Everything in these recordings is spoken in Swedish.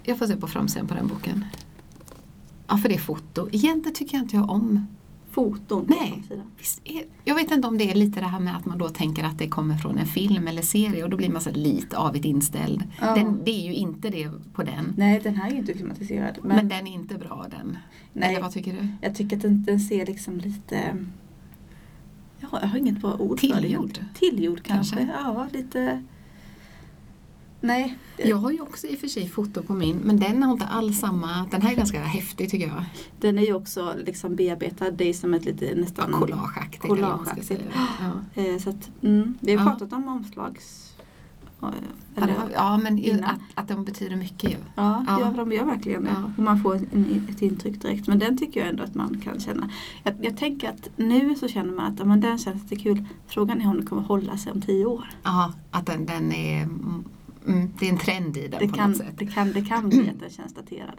Jag får se på framsidan på den boken. Ja, för det är foto. Egentligen tycker jag inte om foton. Nej, jag vet inte om det är lite det här med att man då tänker att det kommer från en film eller serie och då blir man så lite avigt inställd. Ja. Det är ju inte det på den. Nej, den här är ju inte filmatiserad. Men den är inte bra den. Nej, eller vad tycker du? Jag tycker att den ser liksom lite... Ja, jag har inget bra ord Tillgjord. för det. Tillgjord kanske. Ja, lite... Nej. Jag har ju också i och för sig foto på min, men den har inte alls samma. Den här är ganska häftig tycker jag. Den är ju också liksom bearbetad, det är som ett lite nästan collageaktigt. Ja. Så att, vi har pratat om omslags... Ja, men att de betyder mycket ju. Ja, de gör verkligen det. Och man får ett intryck direkt. Men den tycker jag ändå att man kan känna. Jag tänker att nu så känner man att den känns lite kul. Frågan är om den kommer hålla sig om 10 år. Ja, att den är... det är en trend i den på något sätt. Det kan bli att den känns daterad.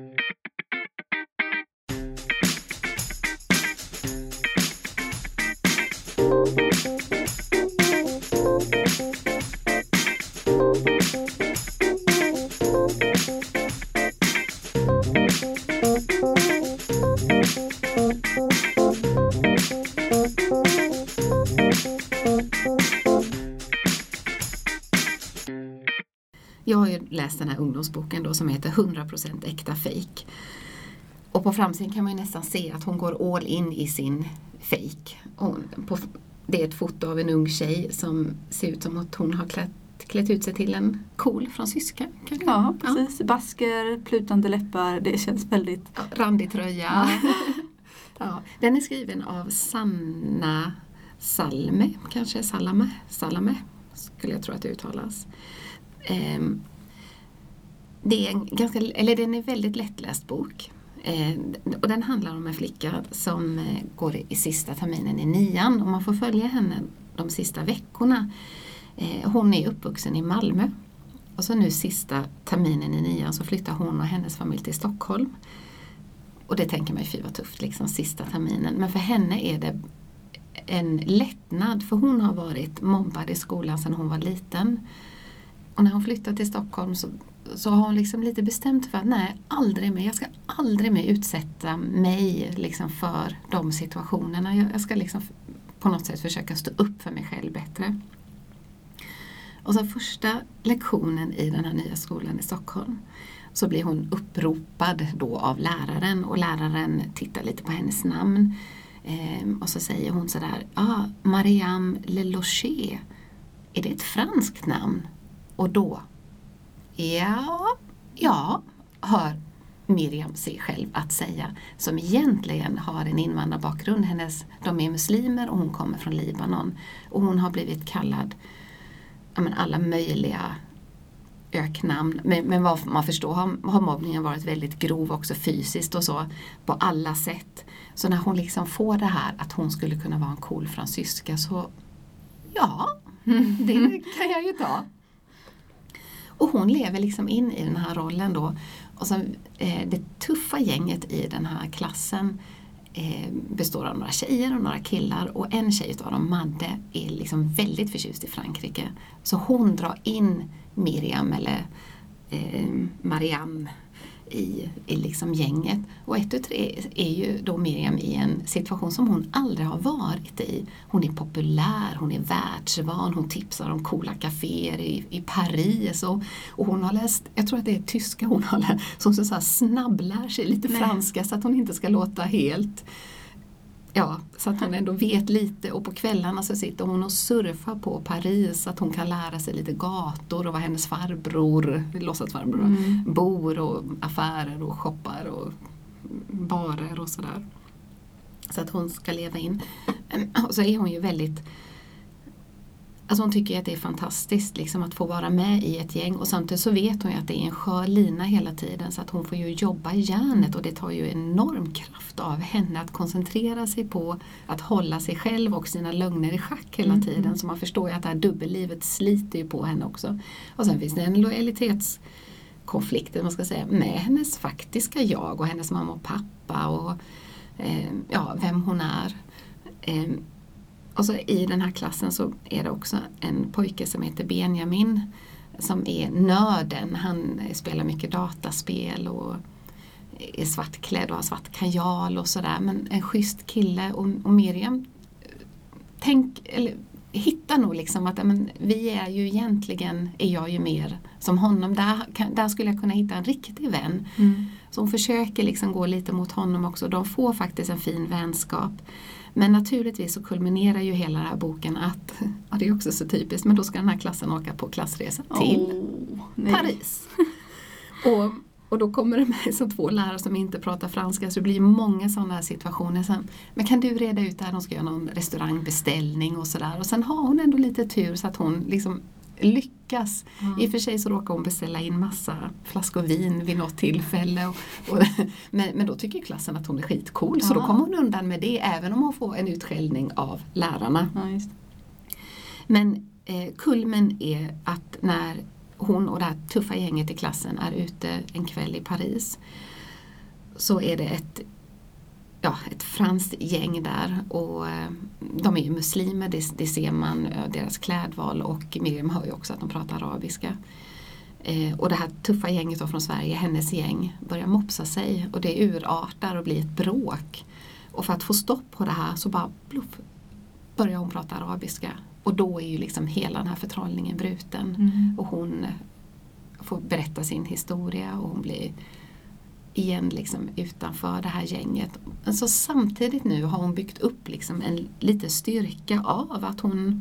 Jag har ju läst den här ungdomsboken då som heter 100% äkta fake. Och på framsidan kan man ju nästan se att hon går all in i sin fake. Det är ett foto av en ung tjej som ser ut som att hon har klätt ut sig till en cool fransyska. Ja, precis. Ja. Basker, plutande läppar, det känns väldigt... Ja, randig tröja. Ja. Den är skriven av Sanna Salme, kanske Salame skulle jag tro att det uttalas. Det är den är väldigt lättläst bok. Och den handlar om en flicka som går i sista terminen i 9:an och man får följa henne de sista veckorna. Hon är uppvuxen i Malmö och så nu sista terminen i 9:an så flyttar hon och hennes familj till Stockholm. Och det tänker man ju, fy vad tufft liksom, sista terminen. Men för henne är det en lättnad, för hon har varit mobbad i skolan sedan hon var liten. Och när hon flyttade till Stockholm så har hon liksom lite bestämt för att jag ska aldrig mer utsätta mig liksom för de situationerna. Jag ska liksom på något sätt försöka stå upp för mig själv bättre. Och så första lektionen i den här nya skolan i Stockholm så blir hon uppropad då av läraren och läraren tittar lite på hennes namn. Och så säger hon sådär, Mariam Lelocher, är det ett franskt namn? Och då, hör Miriam sig själv att säga, som egentligen har en invandrarbakgrund. De är muslimer och hon kommer från Libanon. Och hon har blivit kallad alla möjliga öknamn. Men vad man förstår har mobbningen varit väldigt grov också fysiskt och så på alla sätt. Så när hon liksom får det här att hon skulle kunna vara en cool fransyska så det kan jag ju ta. Och hon lever liksom in i den här rollen då. Och så, det tuffa gänget i den här klassen består av några tjejer och några killar. Och en tjej av dem, Madde, är liksom väldigt förtjust i Frankrike. Så hon drar in Miriam eller Marianne i liksom gänget. Och 1 och 3 är ju då Miriam i en situation som hon aldrig har varit i. Hon är populär, hon är världsvan, hon tipsar om coola kaféer i Paris. Och hon har läst, jag tror att det är tyska hon har läst, så hon så här snabblär sig lite franska så att hon inte ska låta helt... Ja, så att hon ändå vet lite, och på kvällarna så sitter hon och surfar på Paris så att hon kan lära sig lite gator och vad hennes farbror, låtsasfarbror, bor och affärer och shoppar och barer och sådär. Så att hon ska leva in. Och så är hon ju väldigt... Alltså hon tycker att det är fantastiskt liksom att få vara med i ett gäng, och samtidigt så vet hon ju att det är en skör lina hela tiden, så att hon får ju jobba i järnet, och det tar ju enorm kraft av henne att koncentrera sig på att hålla sig själv och sina lögner i schack hela tiden. Så man förstår ju att det här dubbellivet sliter ju på henne också. Och sen finns det en lojalitetskonflikt, man ska säga, med hennes faktiska jag och hennes mamma och pappa och vem hon är. Och så i den här klassen så är det också en pojke som heter Benjamin som är nörden. Han spelar mycket dataspel och är svartklädd och har svart kajal och sådär. Men en schysst kille, och Miriam hittar nog liksom att vi är ju egentligen, är jag ju mer som honom. Där skulle jag kunna hitta en riktig vän. Så hon försöker liksom gå lite mot honom också. De får faktiskt en fin vänskap. Men naturligtvis så kulminerar ju hela den här boken att, ja, det är också så typiskt, men då ska den här klassen åka på klassresa till Paris. Och då kommer det med som 2 lärare som inte pratar franska, så det blir många sådana här situationer. Sen, men kan du reda ut det här? De ska göra någon restaurangbeställning och sådär. Och sen har hon ändå lite tur så att hon liksom lyckas. I och för sig så råkar hon beställa in massa flaskor vin vid något tillfälle. Men då tycker klassen att hon är skitcool. Så då kommer hon undan med det, även om hon får en utskällning av lärarna. Ja, just. Men kulmen är att när hon och det här tuffa gänget i klassen är ute en kväll i Paris, så är det ett franskt gäng där, och de är ju muslimer, det ser man, deras klädval, och Miriam hör ju också att de pratar arabiska. Och det här tuffa gänget då från Sverige, hennes gäng, börjar mopsa sig, och det urartar och blir ett bråk. Och för att få stopp på det här så bara börjar hon prata arabiska. Och då är ju liksom hela den här förtrollningen bruten. Och hon får berätta sin historia, och hon blir igen liksom utanför det här gänget. Men så samtidigt nu har hon byggt upp liksom en liten styrka av att hon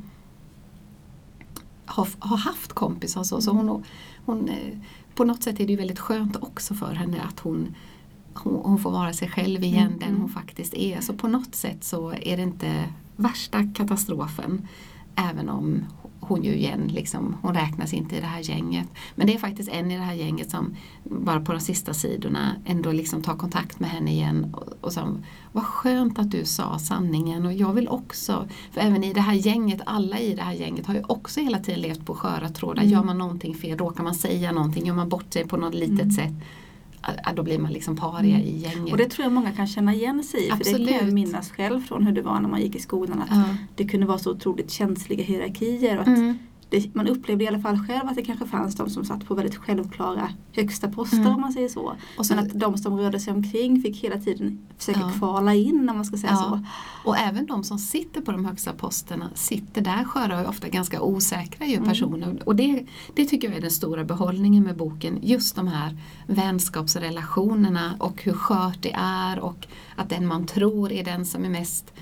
har haft kompisar. Så hon på något sätt är det ju väldigt skönt också för henne att hon får vara sig själv igen, den hon faktiskt är. Så på något sätt så är det inte värsta katastrofen. Även om hon ju igen liksom, hon räknas inte i det här gänget. Men det är faktiskt en i det här gänget som bara på de sista sidorna ändå liksom tar kontakt med henne igen. Och som, vad skönt att du sa sanningen. Och jag vill också, för även i det här gänget, alla i det här gänget har ju också hela tiden levt på sköra trådar. Gör man någonting fel, råkar man säga någonting, gör man bort sig på något litet sätt, då blir man liksom paria i gänget. Och det tror jag många kan känna igen sig i. Absolut. För det kan jag minnas själv från hur det var när man gick i skolan. Att det kunde vara så otroligt känsliga hierarkier. Och att man upplevde i alla fall själv att det kanske fanns de som satt på väldigt självklara högsta poster, om man säger så. Och så, men att de som rörde sig omkring fick hela tiden försöka kvala in, om man ska säga så. Och även de som sitter på de högsta posterna sitter där sköra och ofta ganska osäkra ju personer. Och det tycker jag är den stora behållningen med boken. Just de här vänskapsrelationerna och hur skört det är, och att den man tror är den som är mest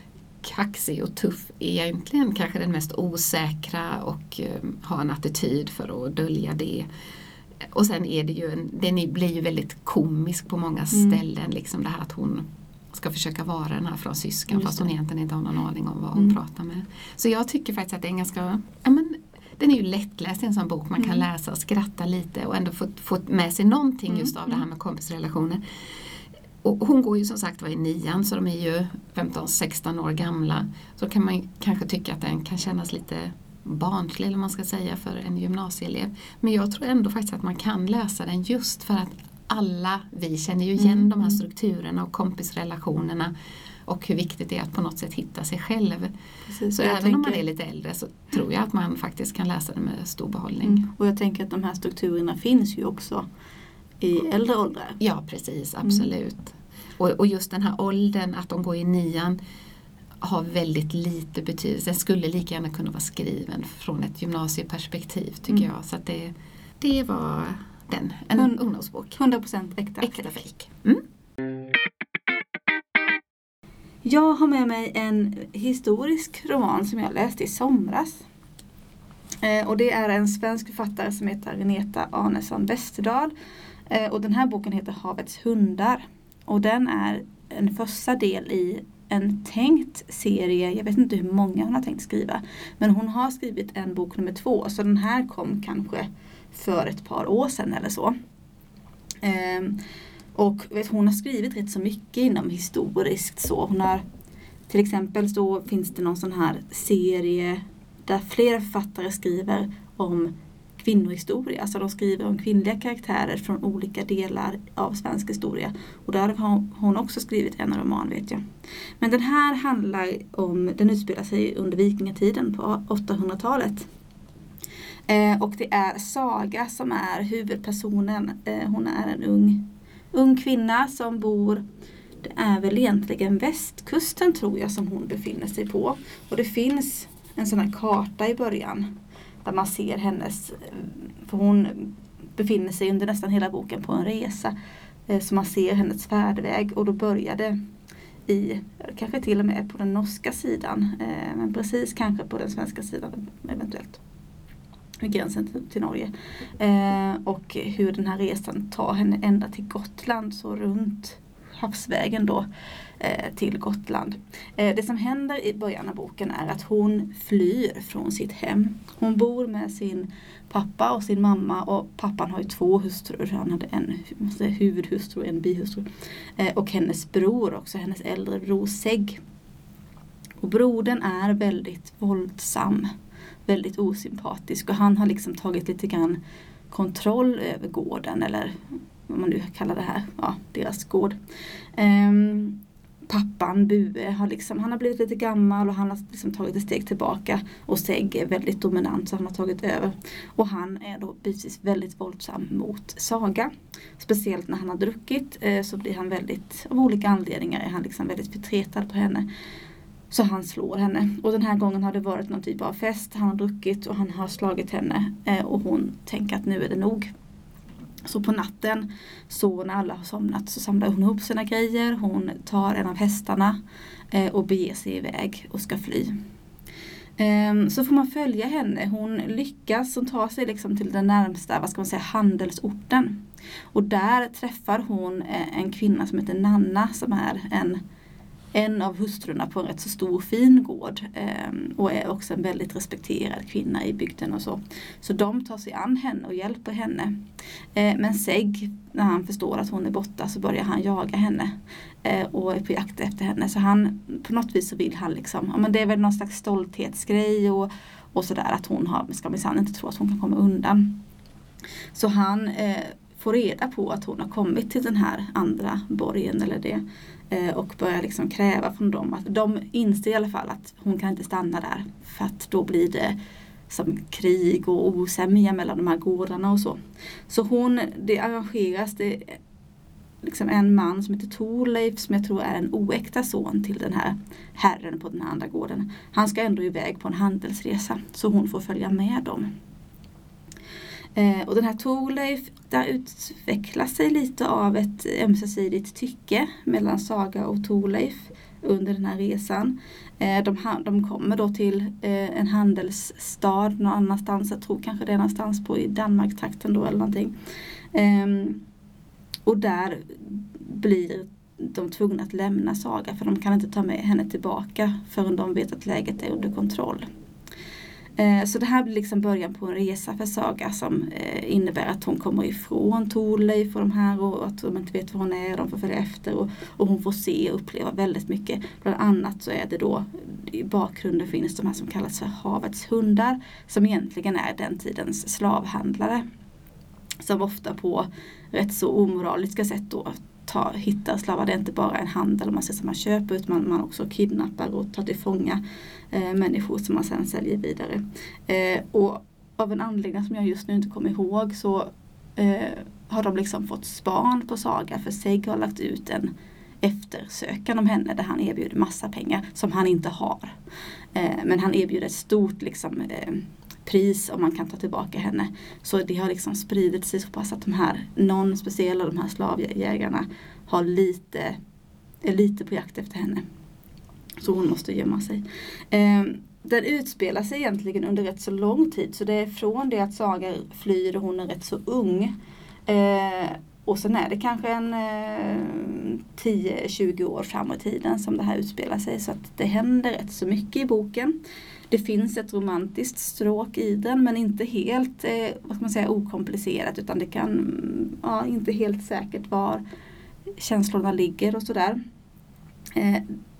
kaxig och tuff är egentligen kanske den mest osäkra och har en attityd för att dölja det. Och sen är det ju den blir ju väldigt komisk på många ställen, liksom det här att hon ska försöka vara den här fransyskan fast hon egentligen inte har någon aning om vad hon pratar med. Så jag tycker faktiskt att det är en ganska, den är ju lättläst, en sån bok man kan läsa och skratta lite och ändå få med sig någonting just av det här med kompisrelationer. Och hon går ju som sagt var i 9:an, så de är ju 15-16 år gamla. Så kan man kanske tycka att den kan kännas lite barnslig, eller man ska säga, för en gymnasieelev. Men jag tror ändå faktiskt att man kan läsa den just för att alla vi känner ju igen de här strukturerna och kompisrelationerna. Och hur viktigt det är att på något sätt hitta sig själv. Precis, så även om man är lite äldre så tror jag att man faktiskt kan läsa den med stor behållning. Och jag tänker att de här strukturerna finns ju också i äldre åldrar. Ja, precis, absolut. Och just den här åldern, att de går i 9:an, har väldigt lite betydelse. Den skulle lika gärna kunna vara skriven från ett gymnasieperspektiv, tycker jag. Så att det var en ungdomsbok. 100% äkta fejk. Jag har med mig en historisk roman som jag läste i somras. Och det är en svensk författare som heter Reneta Arnesson Westerdahl. Och den här boken heter Havets hundar. Och den är en första del i en tänkt serie. Jag vet inte hur många hon har tänkt skriva. Men hon har skrivit en bok nummer 2. Så den här kom kanske för ett par år sedan eller så. Och hon har skrivit rätt så mycket inom historiskt så. Hon har, till exempel så finns det någon sån här serie där flera författare skriver om kvinnohistoria. Alltså de skriver om kvinnliga karaktärer från olika delar av svensk historia. Och där har hon också skrivit en roman, vet jag. Men den här den utspelar sig under vikingatiden på 800-talet. Och det är Saga som är huvudpersonen. Hon är en ung kvinna som bor, det är väl egentligen västkusten tror jag som hon befinner sig på. Och det finns en sån här karta i början där man ser hennes, för hon befinner sig under nästan hela boken på en resa. Så man ser hennes färdväg och då började kanske till och med på den norska sidan, men precis kanske på den svenska sidan eventuellt. Vid gränsen till Norge. Och hur den här resan tar henne ända till Gotland, så runt havsvägen då till Gotland. Det som händer i början av boken är att hon flyr från sitt hem. Hon bor med sin pappa och sin mamma, och pappan har ju 2 hustrur. Han hade en huvudhustru och en bihustru. Och hennes bror också, hennes äldre bror Segg. Och brodern är väldigt våldsam, väldigt osympatisk, och han har liksom tagit lite grann kontroll över gården, eller vad man nu kallar det här, deras gård. Pappan Bue han har blivit lite gammal och han har liksom tagit ett steg tillbaka, och Segg är väldigt dominant så han har tagit över. Och han är då precis väldigt våldsam mot Saga. Speciellt när han har druckit så blir han väldigt, av olika anledningar är han liksom väldigt förtretad på henne. Så han slår henne. Och den här gången har det varit någon typ av fest. Han har druckit och han har slagit henne. Och hon tänker att nu är det nog. Så på natten, så när alla har somnat, så samlar hon ihop sina grejer. Hon tar en av hästarna och beger sig iväg och ska fly. Så får man följa henne. Hon lyckas och tar sig liksom till den närmsta, handelsorten. Och där träffar hon en kvinna som heter Nanna, som är en av hustrurna på en rätt så stor fin gård, och är också en väldigt respekterad kvinna i bygden och så. Så de tar sig an henne och hjälper henne. Men Segg, när han förstår att hon är borta, så börjar han jaga henne och är på jakt efter henne. Så han, på något vis så vill han liksom, men det är väl någon slags stolthetsgrej och sådär, att hon ska minsann inte tro att hon kan komma undan. Så han får reda på att hon har kommit till den här andra borgen eller det. Och börjar liksom kräva från dem att de inser i alla fall att hon kan inte stanna där, för att då blir det som krig och osämja mellan de här gårdarna och så. Så det arrangeras liksom en man som heter Torleif, som jag tror är en oäkta son till den här herren på den här andra gården. Han ska ändå iväg på en handelsresa, så hon får följa med dem. Och den här Torleif, där utvecklas sig lite av ett ömsesidigt tycke mellan Saga och Torleif under den här resan. De kommer då till en handelsstad någon annanstans, jag tror kanske det är någonstans i Danmark-trakten då eller någonting. Och där blir de tvungna att lämna Saga, för de kan inte ta med henne tillbaka förrän de vet att läget är under kontroll. Så det här blir liksom början på en resa för Saga, som innebär att hon kommer ifrån Torleif och de här, och att de inte vet var hon är, de får följa efter, och hon får se och uppleva väldigt mycket. Bland annat så är det då, i bakgrunden finns de här som kallas för havets hundar, som egentligen är den tidens slavhandlare, som ofta på rätt så omoraliska sätt då hittar slavar. Det är inte bara en handel man ser som man köper, utan man också kidnappar och tar till fånga människor som man sedan säljer vidare. Och av en anledning som jag just nu inte kommer ihåg, så har de liksom fått span på Saga, för Segg har lagt ut en eftersökan om henne där han erbjuder massa pengar som han inte har. Men han erbjuder ett stort liksom pris om man kan ta tillbaka henne. Så det har liksom spridit sig så pass att någon speciell av de här slavjägarna är lite på jakt efter henne. Så hon måste gömma sig. Den utspelar sig egentligen under rätt så lång tid. Så det är från det att Saga flyr och hon är rätt så ung. Och sen är det kanske en 10-20 år fram i tiden som det här utspelar sig. Så att det händer rätt så mycket i boken. Det finns ett romantiskt stråk i den, men inte helt okomplicerat, utan det kan inte helt säkert var känslorna ligger och sådär.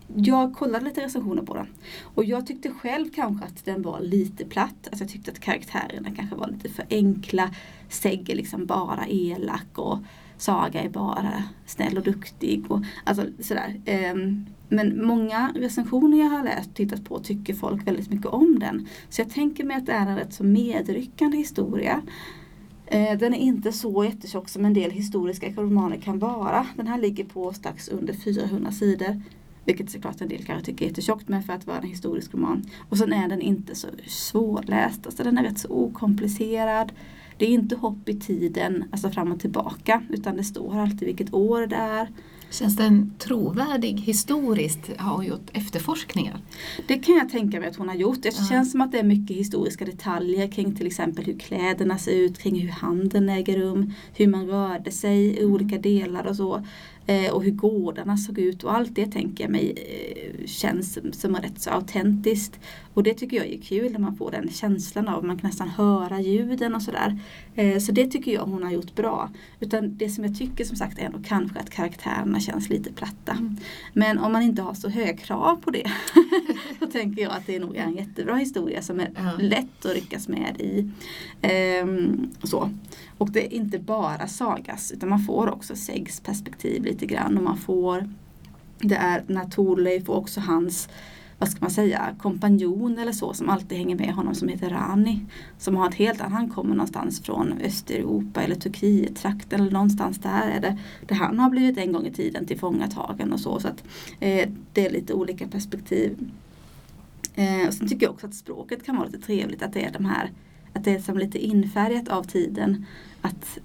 jag kollade lite recensioner på den. Och jag tyckte själv kanske att den var lite platt. Alltså jag tyckte att karaktärerna kanske var lite för enkla. Segg är liksom bara elak och Saga är bara snäll och duktig. Och, alltså sådär. Men många recensioner jag har läst och tittat på tycker folk väldigt mycket om den. Så jag tänker mig att det är en rätt så medryckande historia. Den är inte så jättetjock som en del historiska romaner kan vara. Den här ligger på strax under 400 sidor. Vilket såklart en del kanske tycker är jättetjockt, men för att vara en historisk roman. Och sen är den inte så svårläst. Alltså den är rätt så okomplicerad. Det är inte hopp i tiden, alltså fram och tillbaka. Utan det står alltid vilket år det är. Känns den trovärdig historiskt? Har hon gjort efterforskningar? Det kan jag tänka mig att hon har gjort. Det känns som att det är mycket historiska detaljer kring till exempel hur kläderna ser ut, kring hur handeln äger rum, hur man rörde sig i olika delar och så. Och hur gårdarna såg ut och allt det tänker jag mig känns som rätt så autentiskt. Och det tycker jag är kul när man får den känslan av, man kan nästan höra ljuden och sådär. Så det tycker jag hon har gjort bra. Utan det som jag tycker som sagt är ändå kanske att karaktärerna känns lite platta. Men om man inte har så höga krav på det så tänker jag att det är nog en jättebra historia som är lätt att ryckas med i. Så. Och det är inte bara Sagas utan man får också Seggs perspektiv lite grann. Och man får, det är när Thorleif och också hans, vad ska man säga, kompanjon eller så som alltid hänger med honom som heter Rani. Som har ett helt annat, han kommer någonstans från Östeuropa eller Turkiet-trakten eller någonstans där är det. Där han har blivit en gång i tiden tillfångatagen och så. Så att det är lite olika perspektiv. Och sen tycker jag också att språket kan vara lite trevligt. Att det är de här, att det är som lite infärgat av tiden. Att,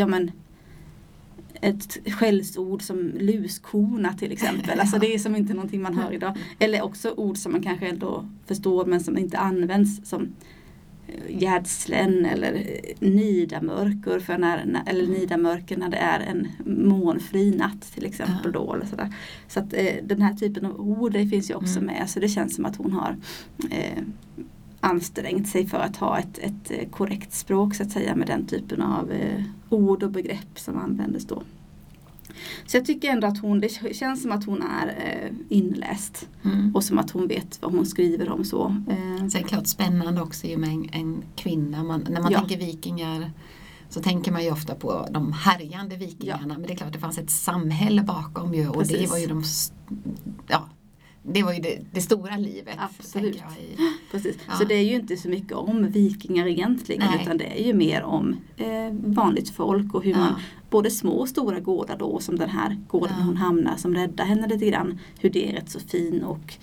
ett skällsord som luskona till exempel. Alltså det är som inte någonting man hör idag. Eller också ord som man kanske ändå förstår men som inte används som gärdslen eller nidamörker för eller nidamörker när det är en månfri natt till exempel då eller sådär. Så att den här typen av ord det finns ju också med, så det känns som att hon har ansträngt sig för att ha ett korrekt språk så att säga med den typen av ord och begrepp som användes då. Så jag tycker ändå att det känns som att hon är inläst och som att hon vet vad hon skriver om så. Sen klart spännande också ju med en kvinna. När man tänker vikingar så tänker man ju ofta på de härjande vikingarna. Men det är klart det fanns ett samhälle bakom ju. Och precis. Det var ju det var ju det stora livet. Absolut. Precis. Ja. Så det är ju inte så mycket om vikingar egentligen. Nej. Utan det är ju mer om vanligt folk och hur man, både små och stora gårdar då, som den här gården hon hamnar som räddar henne lite grann. Hur det är rätt så fin och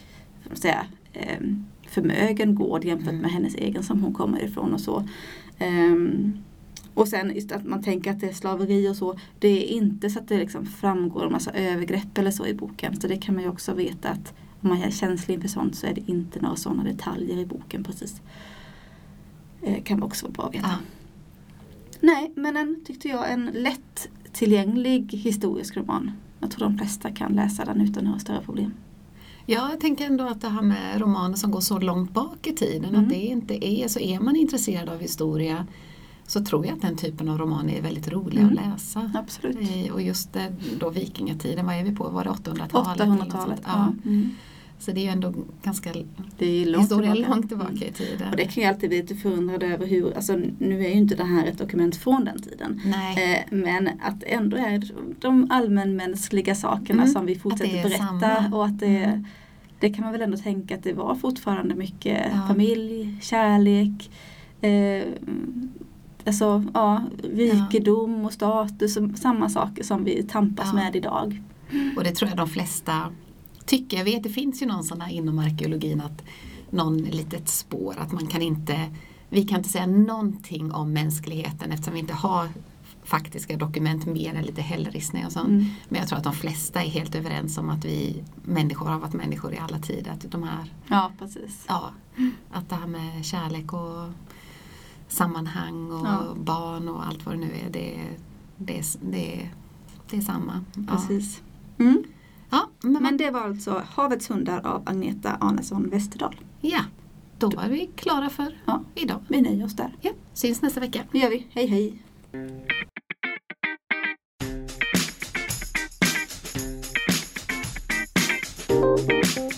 förmögen gård jämfört med hennes egen som hon kommer ifrån och så. Och sen just att man tänker att det är slaveri och så. Det är inte så att det liksom framgår en massa övergrepp eller så i boken. Så det kan man ju också veta att om man är känslig inför sånt så är det inte några sådana detaljer i boken precis. Kan också vara bra att veta. Ja. Nej, men tyckte jag en lätt tillgänglig historisk roman. Jag tror de flesta kan läsa den utan några större problem. Ja, jag tänker ändå att det här med romaner som går så långt bak i tiden. Att det inte är, så är man intresserad av historia så tror jag att den typen av roman är väldigt rolig att läsa. Absolut. Och just då vikingatiden, vad är vi på? Var det 800-talet? 800-talet, ja. Så det är ju ändå ganska långt tillbaka i tiden. Och det kan jag alltid bli lite förundrad över hur, alltså nu är ju inte det här ett dokument från den tiden. Nej. Men att ändå är de allmänmänskliga sakerna som vi fortsätter berätta. Samma. Och att det kan man väl ändå tänka att det var fortfarande mycket familj, kärlek, rikedom och status och samma saker som vi tampas med idag. Och det tror jag de flesta tycker. Jag vet, det finns ju någon sån här inom arkeologin att någon litet spår att vi kan inte säga någonting om mänskligheten eftersom vi inte har faktiska dokument mer än lite hällristning och sånt. Men jag tror att de flesta är helt överens om att vi människor har varit människor i alla tider. Att de här, precis. Ja, att det här med kärlek och sammanhang och barn och allt vad det nu är, det är samma. Precis. Ja, men det var alltså Havets hundar av Agneta Arnesson Westerdahl. Ja, då var vi klara för idag. Vi nöjer oss där. Ja, syns nästa vecka. Det gör vi. Hej hej. Hej!